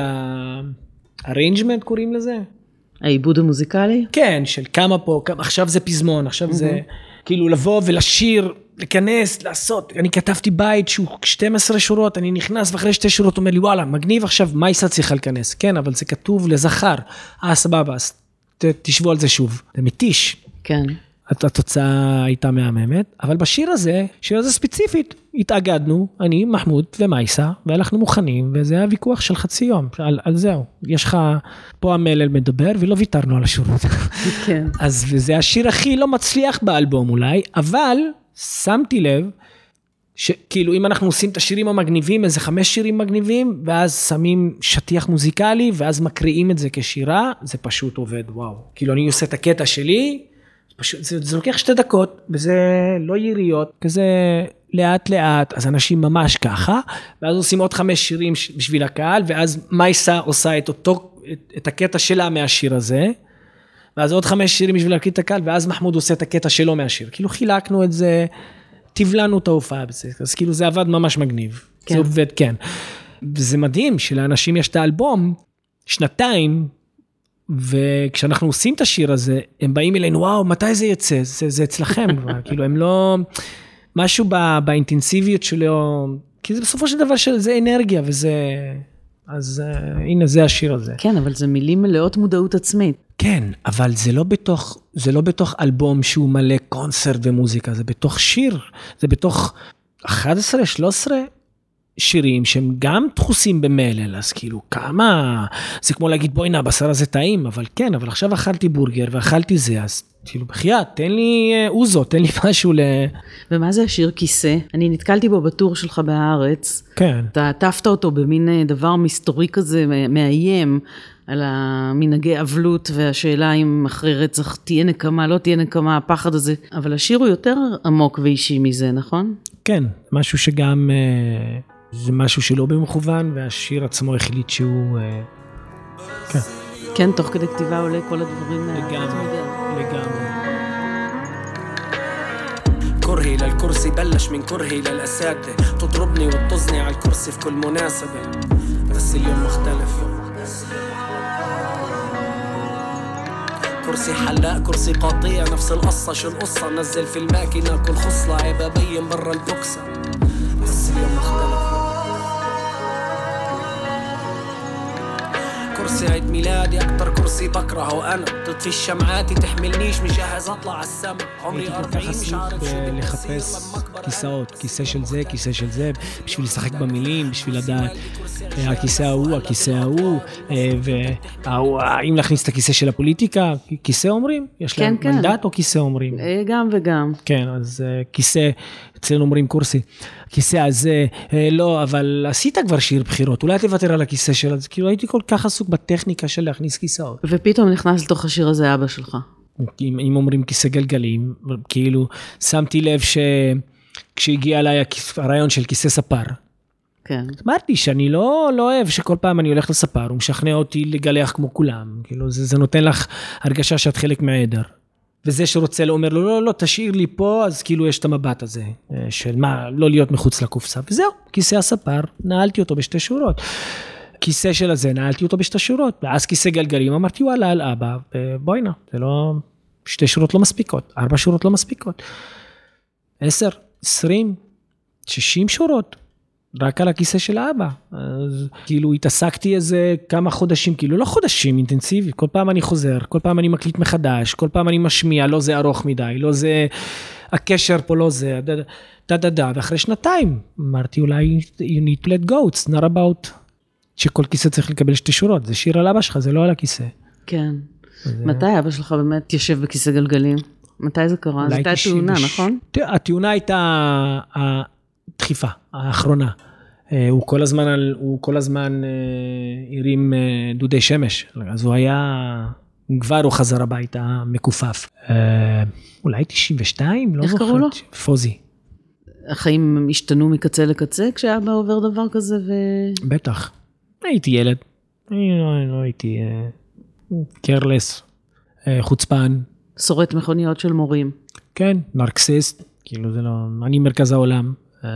הארנג'מנט, קוראים לזה. העיבוד המוזיקלי? כן, של כמה פה, עכשיו זה פזמון, עכשיו זה כאילו לבוא ולשיר, לכנס, לעשות. אני כתבתי בית שהוא 12 שורות, אני נכנס ואחרי 2 שורות אומר לי, וואלה, מגניב עכשיו, מה יסע צריכה לכנס? כן, אבל זה כתוב לזכר. סבבה, אז תשבו על זה שוב. זה מתיש. כן. התוצאה הייתה מהממת, אבל בשיר הזה, שיר הזה ספציפית, התאגדנו, אני, מחמוד ומייסה, והלכנו מוכנים, וזה היה ויכוח של חצי יום, על זהו. יש לך, פה המלל מדבר, ולא ויתרנו על השורות. כן. אז זה השיר הכי לא מצליח באלבום אולי, אבל שמתי לב, שכאילו אם אנחנו עושים את השירים המגניבים, איזה 5 שירים מגניבים, ואז שמים שטיח מוזיקלי, ואז מקריאים את זה כשירה, זה פשוט עובד, וואו. כאילו אני עושה את הקטע שלי, פשוט, זה לוקח 2 דקות, וזה לא יריות, כזה לאט לאט, אז אנשים ממש ככה, ואז עושים עוד 5 שירים בשביל הקהל, ואז מייסה עושה את הקטע שלה מהשיר הזה, ואז עוד 5 שירים בשביל להקליט את הקהל, ואז מחמוד עושה את הקטע שלו מהשיר. כאילו חילקנו את זה, תבלנו את ההופעה בזה, אז כאילו זה עבד ממש מגניב. זה עובד, כן. וזה מדהים שלאנשים יש את האלבום, 2 וכשאנחנו עושים את השיר הזה, הם באים אלינו, וואו, מתי זה יצא? זה אצלכם כבר, כאילו, הם לא, משהו באינטנסיביות שלו, כי זה בסופו של דבר זה אנרגיה, וזה, אז הנה, זה השיר הזה. כן, אבל זה מילים מלאות מודעות עצמית. כן, אבל זה לא בתוך אלבום שהוא מלא קונצרט ומוזיקה, זה בתוך שיר, זה בתוך 11, 13 שירים שהם גם דחוסים במלל, אז כאילו כמה, זה כמו להגיד בואי נה, הבשר הזה טעים, אבל כן, אבל עכשיו אכלתי בורגר ואכלתי זה, אז כאילו בחייאת, תן לי אוזו, תן לי משהו ומה זה השיר כיסא? אני נתקלתי בו בטור שלך בארץ. כן. אתה עטפת אותו במין דבר מסתורי כזה, מאיים, על המנהגי אבלות, והשאלה אם אחרי רצח תהיה נקמה, לא תהיה נקמה, הפחד הזה. אבל השיר הוא יותר עמוק ואישי מזה, נכון? כן, משהו שגם, זה משהו שלא במכוון, והשיר עצמו החליט שהוא, כן. כן, תוך כדי כתיבה עולה כל הדברים. לגמרי. كرهي للكرسي بلش من كرهي للأساتذة تضربني وتطزني على الكرسي في كل مناسبة بس اليوم مختلف كرسي حلاق كرسي قاطيع نفس القصة شو القصة نزل في الماكينة كل خصلة عيب أبين برا البوكسة بس اليوم مختلف كرسي عيد ميلادي أكتر كرسي بكرهه أنا تطفي الشمعاتي تحملنيش مش جاهز أطلع على السما عمري 40 مش عارف شو לחפש כיסאות, כיסא של זה, כיסא של זה, בשביל לשחק במילים, בשביל לדעת הכיסא ההוא, ואם להכניס את הכיסא של הפוליטיקה, כיסא אומרים? יש להם מנדט או כיסא אומרים? גם וגם. כן, אז כיסא, אצלנו אומרים קורסי, הכיסא הזה, לא, אבל עשית כבר שיר בחירות, אולי תוותר על הכיסא שלה, כאילו הייתי כל כך עסוק בטכניקה של להכניס כיסאות. ופתאום נכנס לתוך השיר הזה אבא שלך. אם אומרים כיסא גלגלים, כאילו שמתי לב שכשהגיע אליי הרעיון של כיסא ספר, כן. אמרתי שאני לא אוהב שכל פעם אני הולך לספר, הוא משכנע אותי לגלח כמו כולם, כאילו זה נותן לך הרגשה שאת חלק מהעדר. וזה שרוצה אומר לו, לא, תשאיר לי פה, אז כאילו יש את המבט הזה, של מה, לא להיות מחוץ לקופסה, וזהו, כיסא הספר, נעלתי אותו בשתי שורות. כיסא של הזה, נעלתי אותו בשתי שורות, ואז כיסא גלגלים, אמרתי, וואלה, על אבא, בואי נה, זה לא, 2 שורות לא מספיקות, 4 שורות לא מספיקות, 10, 20, 60 שורות, רק על הכיסא של האבא, אז כאילו התעסקתי איזה כמה חודשים, כאילו לא חודשים אינטנסיבי, כל פעם אני חוזר, כל פעם אני מקליט מחדש, כל פעם אני משמיע, לא זה ארוך מדי, לא זה, הקשר פה לא זה, ואחרי 2 אמרתי אולי, you need to let go, it's not about, שכל כיסא צריך לקבל 2 שורות, זה שיר על אבא שלך, זה לא על הכיסא. כן. מתי אבא שלך באמת יושב בכיסא גלגלים? מתי זה קרה? זו הייתה תאונה, נכון? התאונה הייתה הדחיפה, האחרונה. הוא כל הזמן הרים דודי שמש, אז הוא היה, כבר הוא חזר הביתה מקופף. אולי 92? איך קראו לו? פוזי. החיים השתנו מקצה לקצה כשאבא עובר דבר כזה בטח. הייתי ילד. לא הייתי קרלס, חוצפן. שורט מכוניות של מורים. כן, נרקסיסט, כאילו זה לא, אני מרכז העולם.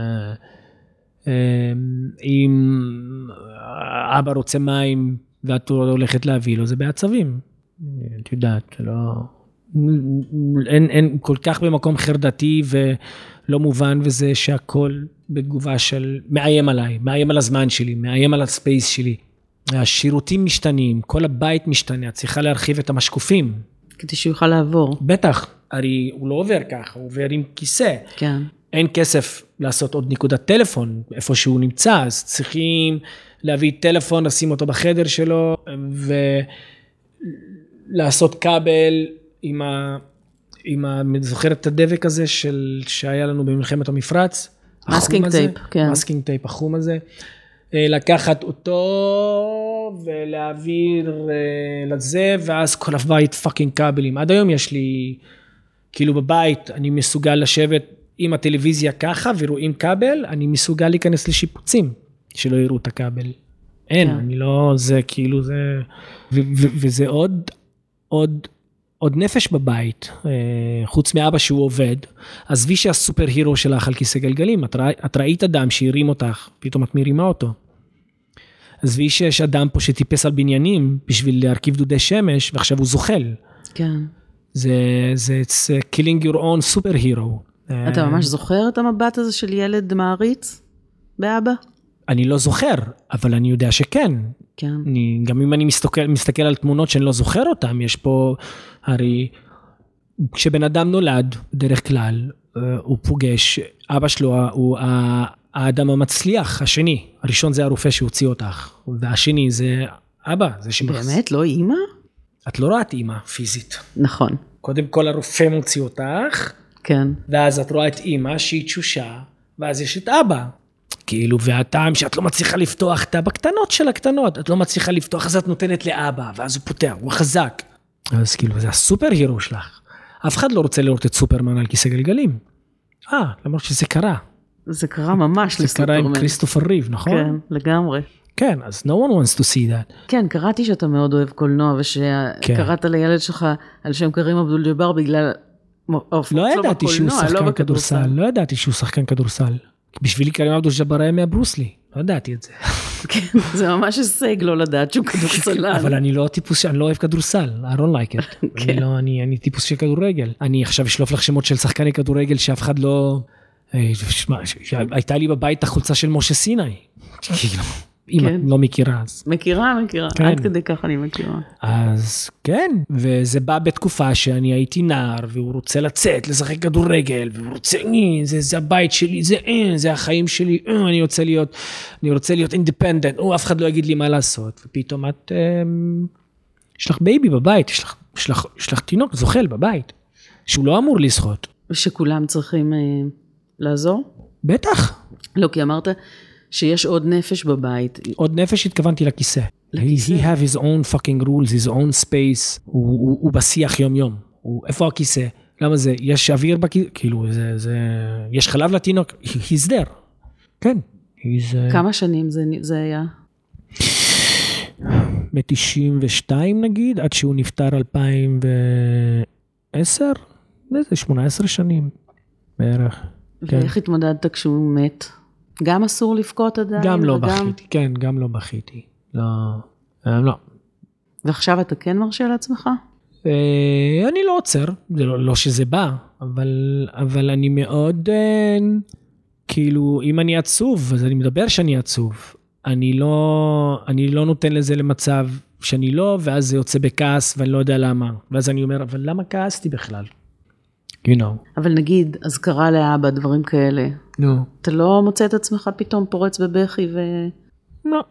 אם אבא רוצה מים ואת הולכת להביא לו, זה בעצבים. את יודעת, לא, אין כל כך במקום חרדתי ולא מובן, וזה שהכל בתגובה של מאיים עליי, מאיים על הזמן שלי, מאיים על הספייס שלי. השירותים משתנים, כל הבית משתנה, את צריכה להרחיב את המשקופים. כדי שהוא יוכל לעבור. בטח, הרי הוא לא עובר ככה, הוא עובר עם כיסא. כן. אין כסף לעשות עוד נקודת טלפון, איפה שהוא נמצא, אז צריכים להביא טלפון, לשים אותו בחדר שלו, ולעשות כבל זוכרת את הדבק הזה שהיה לנו במלחמת המפרץ. מסקינג טייפ, כן. מסקינג טייפ, החום הזה. לקחת אותו ולהעביר לזה, ואז כל הבית פאקינג כבלים. עד היום יש לי, כאילו בבית, אני מסוגל לשבת עם הטלוויזיה ככה, ורואים כבל, אני מסוגל להיכנס לשיפוצים, שלא יראו את הכבל. אין, אני לא, זה כאילו זה, וזה עוד נפש בבית, חוץ מאבא שהוא עובד, עזבי שהסופר הירו שלך על כיסא גלגלים, את ראית אדם שהרים אותך, פתאום את מרימה אותו. עזבי שיש אדם פה שטיפס על בניינים, בשביל להרכיב דודי שמש, ועכשיו הוא זוחל. כן. זה killing your own super hero. אתה ממש זוכר את המבט הזה של ילד מעריץ באבא? אני לא זוכר, אבל אני יודע שכן. כן. גם אם אני מסתכל על תמונות שאני לא זוכר אותן, יש פה, הרי, כשבן אדם נולד, דרך כלל, הוא פוגש, אבא שלו הוא האדם המצליח, השני. הראשון זה הרופא שהוציא אותך, והשני זה אבא. זה באמת? לא אימא? את לא רואה את אימא פיזית. נכון. קודם כל הרופא מוציא אותך, כן. ואז את רואה את אימא שהיא תשושה, ואז יש את אבא. כאילו, והטעם שאת לא מצליחה לפתוח את בקטנות של הקטנות, את לא מצליחה לפתוח, אז את נותנת לאבא, ואז הוא פותח, הוא חזק. אז כאילו, זה הסופר הירו שלך. אף אחד לא רוצה לראות את סופרמן על כיסא גלגלים. למרות שזה קרה. זה קרה ממש לסופרמן. זה קרה עם כריסטופר ריב, נכון? כן, לגמרי. כן, אז no one wants to see that. כן, קראתי שאתה מאוד אוהב קולנוע, ושקראת לילד שלך על שם קרים אבדול ג'בר בגלל... לא ידעתי שהוא שחקן כדורסל, לא ידעתי שהוא שחקן כדורסל. בשבילי קרים אבדול ג'בר היה מהברוסלי, לא ידעתי את זה. כן, זה ממש הישג לא לדעת שהוא כדורסלן. אבל אני לא טיפוס, אני לא אוהב כדורסל, I don't like it. אני טיפוס של כדורגל. אני עכשיו אשלוף לך שמות של שחקני כדורגל שאף אחד לא... הייתה לי בבית החולצה של משה סיני. אם את לא מכירה אז. מכירה, עד כדי כך אני מכירה. אז כן, וזה בא בתקופה שאני הייתי נער, והוא רוצה לצאת, לשחק כדורגל, והוא רוצה, זה הבית שלי, זה החיים שלי, אני רוצה להיות אינדיפנדנט, אף אחד לא יגיד לי מה לעשות, ופתאום את, יש לך בייבי בבית, יש לך תינוק, זוחל בבית, שהוא לא אמור לשחות. ושכולם צריכים לעזור? בטח. לא, כי אמרת... שיש עוד נפש בבית. עוד נפש התכוונתי לכיסא. He have his own fucking rules, his own space. הוא בשיח יום יום. איפה הכיסא? למה זה? יש אוויר בכיסא? כאילו, יש חלב לתינוק? He's there. כן. כמה שנים זה היה? ב-92 נגיד, עד שהוא נפטר 2010? זה 18 שנים בערך. ואיך התמודדת כשהוא מת? גם אסור לבכות עדיין? גם לא בכיתי, כן, גם לא בכיתי. לא. ועכשיו אתה כן מרשה לעצמך? אני לא עוצר, זה לא שזה בא, אבל אני מאוד, כאילו, אם אני עצוב, אז אני מדבר שאני עצוב. אני לא נותן לזה למצב שאני לא, ואז זה יוצא בכעס, ואני לא יודע למה. ואז אני אומר, אבל למה כעסתי בכלל? You know. אבל נגיד, אז קרה לאבא דברים כאלה. נו. אתה לא מוצא את עצמך פתאום פורץ בבכי לא.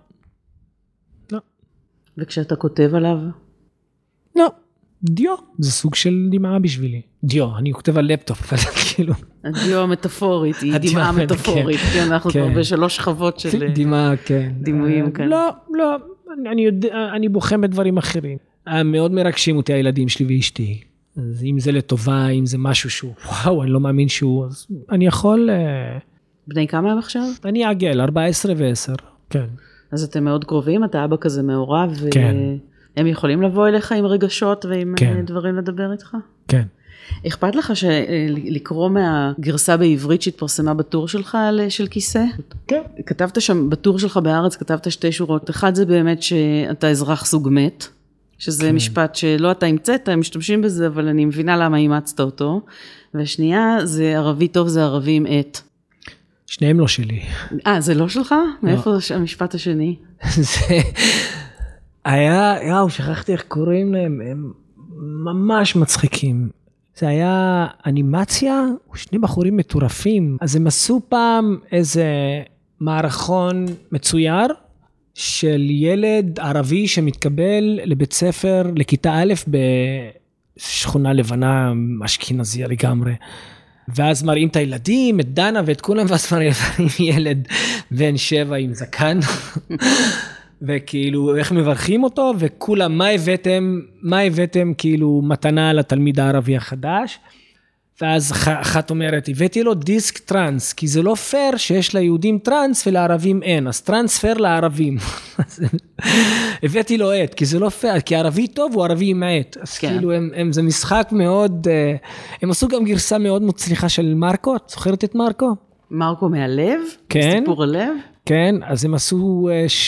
וכשאתה כותב עליו? לא. דיו. זה סוג של דמעה בשבילי. דיו. אני כותב על לפטופ, אבל כאילו. הדיו המטאפורית, היא דמעה מטאפורית. כן, אנחנו כבר בשלוש שכבות של דמעה, כן. דימויים כאן. לא. אני בוחם בדברים אחרים. מאוד מרגשים אותי הילדים שלי ואשתי. אז אם זה לטובה, אם זה משהו שהוא, וואו, אני לא מאמין שהוא, אז אני יכול... בני כמה הם עכשיו? אני אגל, 14 ו10, כן. אז אתם מאוד קרובים, אתה אבא כזה מעורב, כן. והם יכולים לבוא אליך עם רגשות ועם דברים לדבר איתך? כן. אכפת לך לקרוא מהגרסה בעברית שהתפרסמה בטור שלך של כיסא? כן. כתבת שם, בטור שלך בארץ, כתבת שתי שורות. אחד זה באמת שאתה אזרח סוג מת, שזה משפט שלא אתה המצאת, הם משתמשים בזה, אבל אני מבינה למה אימצת אותו. והשנייה, זה ערבי טוב, זה ערבי עם עת. שניהם לא שלי. זה לא שלך? מאיפה המשפט השני? זה היה, שכחתי איך קוראים להם, הם ממש מצחיקים. זה היה אנימציה, שני בחורים מטורפים. אז הם עשו פעם איזה מערכון מצויר, של ילד ערבי שמתקבל לבית ספר, לכיתה א' בשכונה לבנה, אשכנזייה לגמרי. ואז מראים את הילדים, את דנה ואת כולם, ואז מראים ילד בן 7 עם זקן. וכאילו, איך מברכים אותו, וכולם, מה הבאתם כאילו מתנה לתלמיד הערבי החדש? ואז אחת אומרת, הבאתי לו דיסק טרנס, כי זה לא פייר שיש ליהודים טרנס ולערבים אין, אז טרנספר לערבים. הבאתי לו עט, כי זה לא פייר, כי ערבי טוב הוא ערבי עם עט. אז כאילו זה משחק מאוד, הם עשו גם גרסה מאוד מצליחה של מרקו, את זוכרת את מרקו? מרקו מהלב? כן. סיפור הלב? כן, אז הם עשו,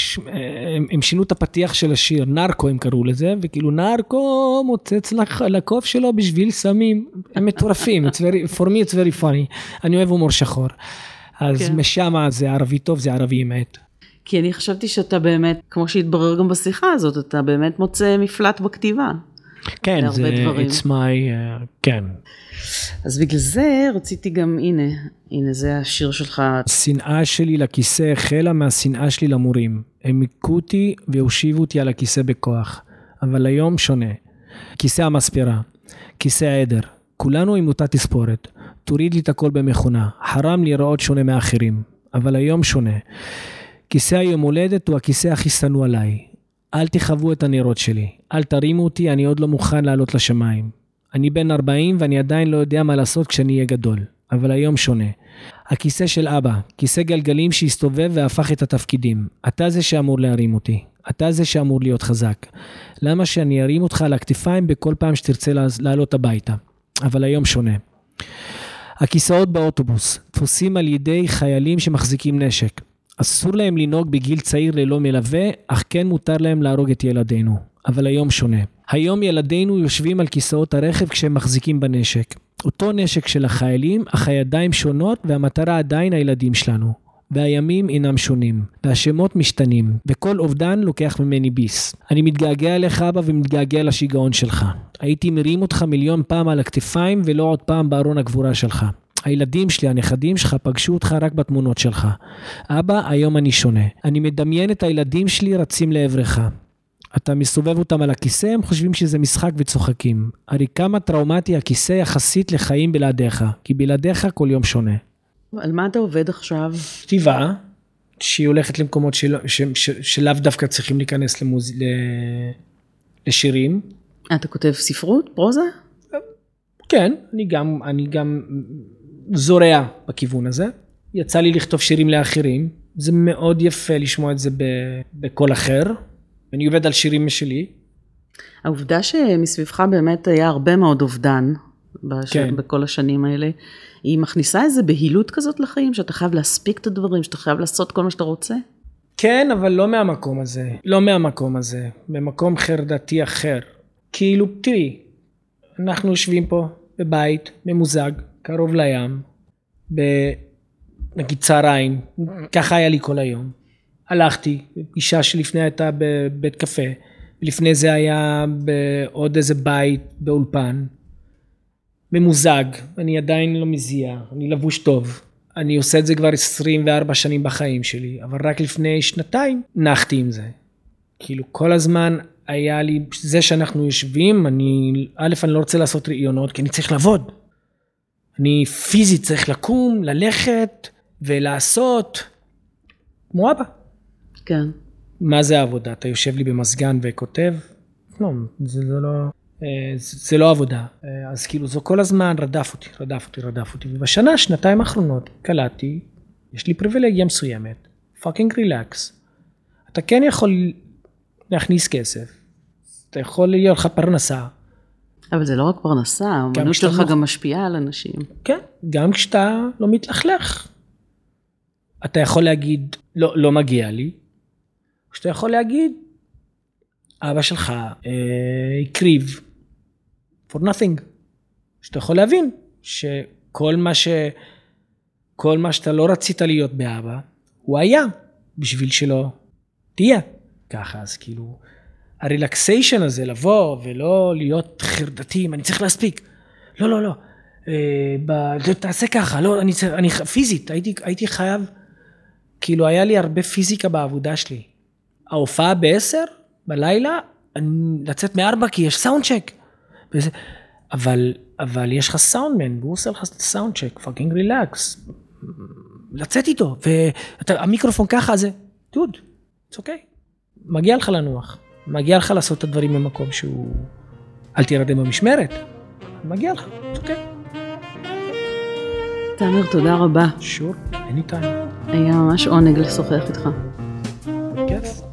הם שינו את הפתיח של השיר, נרקו הם קראו לזה, וכאילו נרקו מוצץ לקוף שלו בשביל סמים, הם מטורפים, for me it's very funny, אני אוהב הומור שחור, אז משם זה ערבי טוב, זה ערבי אמת. כי אני חשבתי שאתה באמת, כמו שהתברר גם בשיחה הזאת, אתה באמת מוצא מפלט בכתיבה. כן, זה, it's my, כן. אז בגלל זה רציתי גם, הנה זה השיר שלך. השנאה שלי לכיסא החלה מהשנאה שלי למורים. הם הכו אותי והושיבו אותי על הכיסא בכוח. אבל היום שונה. כיסא המספרה, כיסא העדר. כולנו עם אותה תספורת. תוריד לי את הכל במכונה. חרם לראות שונה מאחרים. אבל היום שונה. כיסא היום הולדת הוא הכיסא הכי שנוא עליי. אל תחוו את הנרות שלי. אל תרימו אותי, אני עוד לא מוכן לעלות לשמיים. אני בן 40 ואני עדיין לא יודע מה לעשות כשאני אהיה גדול. אבל היום שונה. הכיסא של אבא, כיסא גלגלים שהסתובב והפך את התפקידים. אתה זה שאמור להרים אותי. אתה זה שאמור להיות חזק. למה שאני ארים אותך על הכתפיים בכל פעם שתרצה לעלות הביתה? אבל היום שונה. הכיסאות באוטובוס, תפוסים על ידי חיילים שמחזיקים נשק. אסור להם לנהוג בגיל צעיר ללא מלווה, אך כן מותר להם להרוג את ילדינו. אבל היום שונה. היום ילדינו יושבים על כיסאות הרכב כשהם מחזיקים בנשק. אותו נשק של החיילים, אך הידיים שונות והמטרה עדיין הילדים שלנו. והימים אינם שונים, והשמות משתנים, וכל אובדן לוקח ממני ביס. אני מתגעגע אליך אבא ומתגעגע לשיגעון שלך. הייתי מרים אותך מיליון פעם על הכתפיים ולא עוד פעם בארון הגבורה שלך. הילדים שלי, הנכדים שלך, פגשו אותך רק בתמונות שלך. אבא, היום אני שונה. אני מדמיין את הילדים שלי רצים לעברך. אתה מסובב אותם על הכיסא, הם חושבים שזה משחק וצוחקים. הרי כמה טראומטי הכיסא יחסית לחיים בלעדיך, כי בלעדיך כל יום שונה. על מה אתה עובד עכשיו? כתיבה, שהיא הולכת למקומות שלאו דווקא צריכים להיכנס לשירים. אתה כותב ספרות, פרוזה? כן, אני גם זורע בכיוון הזה. יצא לי לכתוב שירים לאחרים. זה מאוד יפה לשמוע את זה בקול אחר. אני עובד על שירים משלי. העובדה שמסביבך באמת היה הרבה מאוד אובדן בכל השנים האלה, היא מכניסה איזה בהילות כזאת לחיים, שאתה חייב להספיק את הדברים, שאתה חייב לעשות כל מה שאתה רוצה? כן, אבל לא מהמקום הזה. לא מהמקום הזה. במקום חרדתי אחר. כאילו, תראי, אנחנו יושבים פה בבית, ממוזג, קרוב לים, נגיד צהריים, ככה היה לי כל היום. הלכתי, אישה שלפני הייתה בבית קפה, ולפני זה היה בעוד איזה בית באולפן, ממוזג, אני עדיין לא מזיע, אני לבוש טוב, אני עושה את זה כבר 24 שנים בחיים שלי, אבל רק לפני שנתיים נחתי עם זה. כאילו כל הזמן היה לי, זה שאנחנו יושבים, אני לא רוצה לעשות רעיונות, כי אני צריך לעבוד. אני פיזית צריך לקום, ללכת ולעשות, כמו אבא. כן. מה זה העבודה? אתה יושב לי במסגן וכותב? לא, זה לא עבודה. אז כאילו זו כל הזמן רדף אותי. ובשנה, שנתיים האחרונות, קלטתי, יש לי פריבילגיה מסוימת, fucking relax. אתה כן יכול להכניס כסף, אתה יכול להיות לך פרנסה. אבל זה לא רק פרנסה, האמנות שלך גם משפיעה על אנשים. כן, גם כשאתה לא מתלכלך. אתה יכול להגיד, לא מגיע לי, שאתה יכול להגיד, אבא שלך הקריב for nothing. שאתה יכול להבין שכל מה שאתה לא רצית להיות באבא, הוא היה בשביל שלא תהיה. ככה, אז כאילו, הרלקסיישן הזה, לבוא ולא להיות חרדתים, אני צריך להספיק. לא. תעשה ככה, לא, אני פיזית, הייתי חייב, כאילו היה לי הרבה פיזיקה בעבודה שלי. ההופעה ב10 בלילה, לצאת מ4 כי יש סאונד צ'ק. אבל יש לך סאונדמן, והוא עושה לך סאונד צ'ק, פאקינג רילקס. לצאת איתו, והמיקרופון ככה זה, דוד, it's okay. מגיע לך לנוח, מגיע לך לעשות את הדברים במקום שהוא, אל תירדם במשמרת, מגיע לך, it's okay. תאמר, תודה רבה. שור, anytime. היה ממש עונג לשוחח איתך. כיף.